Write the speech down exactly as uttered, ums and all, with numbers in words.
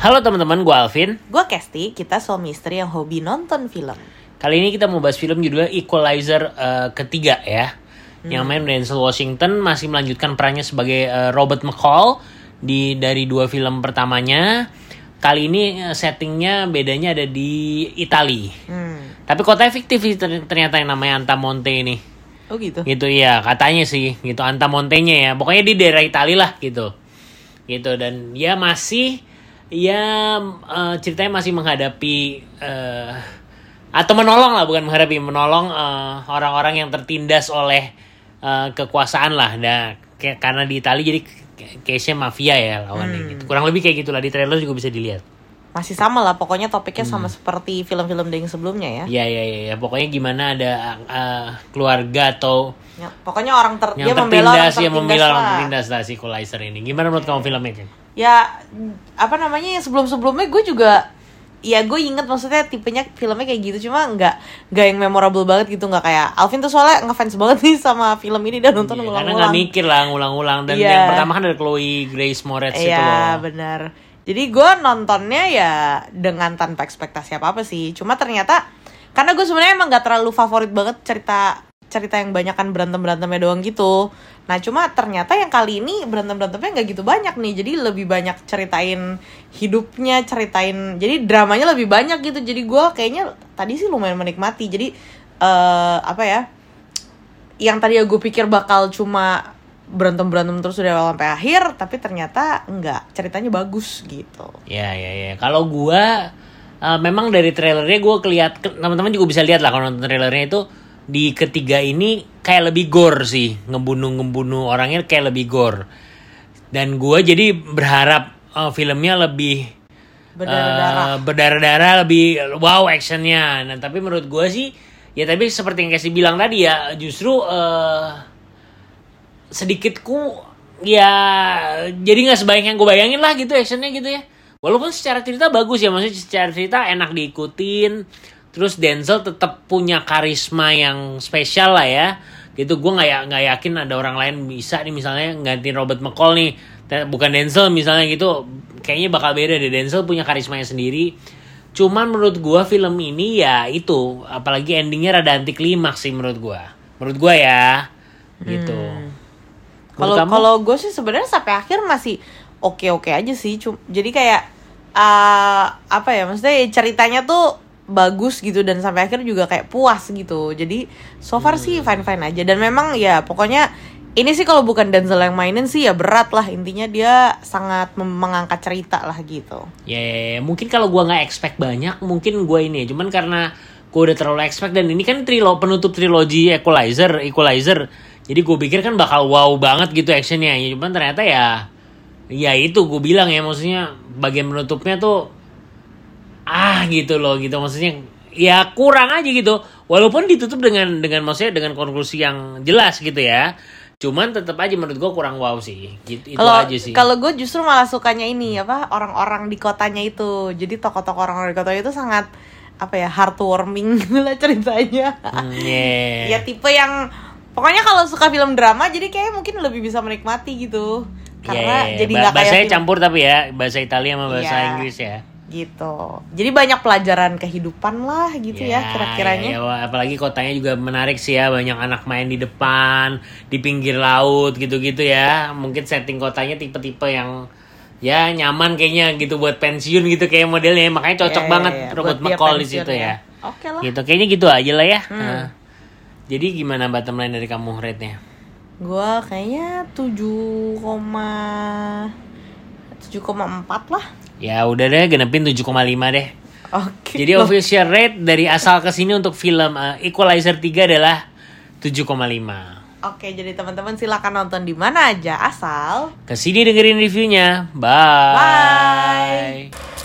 Halo teman-teman, gue Alvin. Gue Kesti, kita suami istri yang hobi nonton film. Kali ini kita mau bahas film judulnya Equalizer uh, ketiga ya. Hmm. Yang main Denzel Washington masih melanjutkan perannya sebagai uh, Robert McCall di dari dua film pertamanya. Kali ini uh, settingnya bedanya ada di Italia. Hmm. Tapi kotanya fiktif ternyata yang namanya Antamonte ini. Oh gitu? Gitu ya, katanya sih gitu Antamontenya ya. Pokoknya di daerah Italia lah gitu. Gitu dan dia masih ya uh, ceritanya masih menghadapi uh, atau menolong lah, bukan menghadapi, menolong uh, orang-orang yang tertindas oleh uh, kekuasaan lah. Nah, kayak karena di Italia jadi case-nya mafia ya lawannya hmm. gitu. Kurang lebih kayak gitulah, di trailer juga bisa dilihat. Masih sama lah, pokoknya topiknya hmm. sama seperti film-film yang sebelumnya ya. Iya iya iya, pokoknya gimana ada uh, keluarga atau ya, pokoknya orang ter yang dia membela orang tertindas, yang membela orang lah. tertindas lah si Equalizer ini. Gimana menurut kamu filmnya, Jen? Ya apa namanya, yang sebelum-sebelumnya gue juga ya gue inget, maksudnya tipenya filmnya kayak gitu, cuma nggak nggak yang memorable banget gitu, nggak kayak Alvin tuh soalnya ngefans banget nih sama film ini dan nonton yeah, ulang-ulang. Karena nggak mikir lah ngulang-ulang dan yeah. Yang pertama kan ada Chloe Grace Moretz yeah, itu loh. Iya benar. Jadi gue nontonnya ya dengan tanpa ekspektasi apa apa sih, cuma ternyata karena gue sebenarnya emang nggak terlalu favorit banget cerita cerita yang banyak kan berantem berantemnya doang gitu. Nah cuma ternyata yang kali ini berantem-berantemnya gak gitu banyak nih. Jadi lebih banyak ceritain hidupnya, ceritain, jadi dramanya lebih banyak gitu. Jadi gue kayaknya tadi sih lumayan menikmati. Jadi uh, apa ya, yang tadi gue pikir bakal cuma berantem-berantem terus dari awal sampai akhir, tapi ternyata enggak, ceritanya bagus gitu. Ya ya ya, kalau gue uh, memang dari trailernya gue keliat, teman-teman juga bisa lihat lah kalau nonton trailernya itu, di ketiga ini kayak lebih gore sih, ngebunuh-ngebunuh orangnya kayak lebih gore. Dan gue jadi berharap uh, filmnya lebih berdarah-darah, uh, berdarah-darah, lebih wow actionnya. Nah tapi menurut gue sih, ya tapi seperti yang Casey bilang tadi ya, justru uh, sedikitku ya jadi nggak sebaik yang gue bayangin lah gitu actionnya gitu ya. Walaupun secara cerita bagus ya, maksudnya secara cerita enak diikutin. Terus Denzel tetap punya karisma yang spesial lah ya. Gitu, gue nggak nggak yakin ada orang lain bisa nih misalnya gantiin Robert McCall nih, bukan Denzel misalnya gitu. Kayaknya bakal beda deh, Denzel punya karismanya sendiri. Cuman menurut gue film ini ya itu, apalagi endingnya rada anti klimaks sih menurut gue. Menurut gue ya, gitu. Kalau hmm. kalau gue sih sebenarnya sampai akhir masih oke oke aja sih. Cuma jadi kayak uh, apa ya, maksudnya ceritanya tuh bagus gitu dan sampai akhir juga kayak puas gitu. Jadi so far hmm. sih fine-fine aja. Dan memang ya pokoknya ini sih kalau bukan Denzel yang mainin sih ya berat lah. Intinya dia sangat mengangkat cerita lah gitu. Ya yeah, yeah, mungkin kalau gue nggak expect banyak, mungkin gue ini ya. Cuman karena gue udah terlalu expect, dan ini kan trilo, penutup trilogi Equalizer, Equalizer. Jadi gue pikir kan bakal wow banget gitu actionnya. Ya, cuman ternyata ya ya itu gue bilang ya, maksudnya bagian penutupnya tuh ah gitu loh gitu, maksudnya ya kurang aja gitu, walaupun ditutup dengan dengan maksudnya dengan konklusi yang jelas gitu ya, cuman tetap aja menurut gue kurang wow sih gitu. Itu aja sih. Kalau gue justru malah sukanya ini apa, orang-orang di kotanya itu. Jadi tokoh-tokoh orang-orang di kotanya itu sangat apa ya, heartwarming gitu lah ceritanya. hmm, yeah. Ya tipe yang pokoknya kalau suka film drama jadi kayak mungkin lebih bisa menikmati gitu, karena yeah, jadi nggak ba- kayak bahasanya campur tapi ya, bahasa Italia sama bahasa yeah. Inggris ya gitu. Jadi banyak pelajaran kehidupan lah gitu ya, ya kira-kiranya. Ya, ya, apalagi kotanya juga menarik sih ya, banyak anak main di depan, di pinggir laut gitu-gitu ya. Mungkin setting kotanya tipe-tipe yang ya nyaman kayaknya gitu buat pensiun gitu kayak modelnya, makanya cocok ya, banget ya, ya. Robert McCall di situ ya. Oke lah. Gitu, kayaknya gitu aja lah ya. Hmm. Nah, jadi gimana bottom line dari kamu rate-nya? Gua kayaknya tujuh koma empat lah. Ya udah deh, genepin tujuh koma lima deh. Oke. Jadi official rate dari asal ke sini untuk film uh, Equalizer tiga adalah tujuh koma lima. Oke, jadi teman-teman silakan nonton di mana aja asal ke sini dengerin reviewnya. Bye. Bye.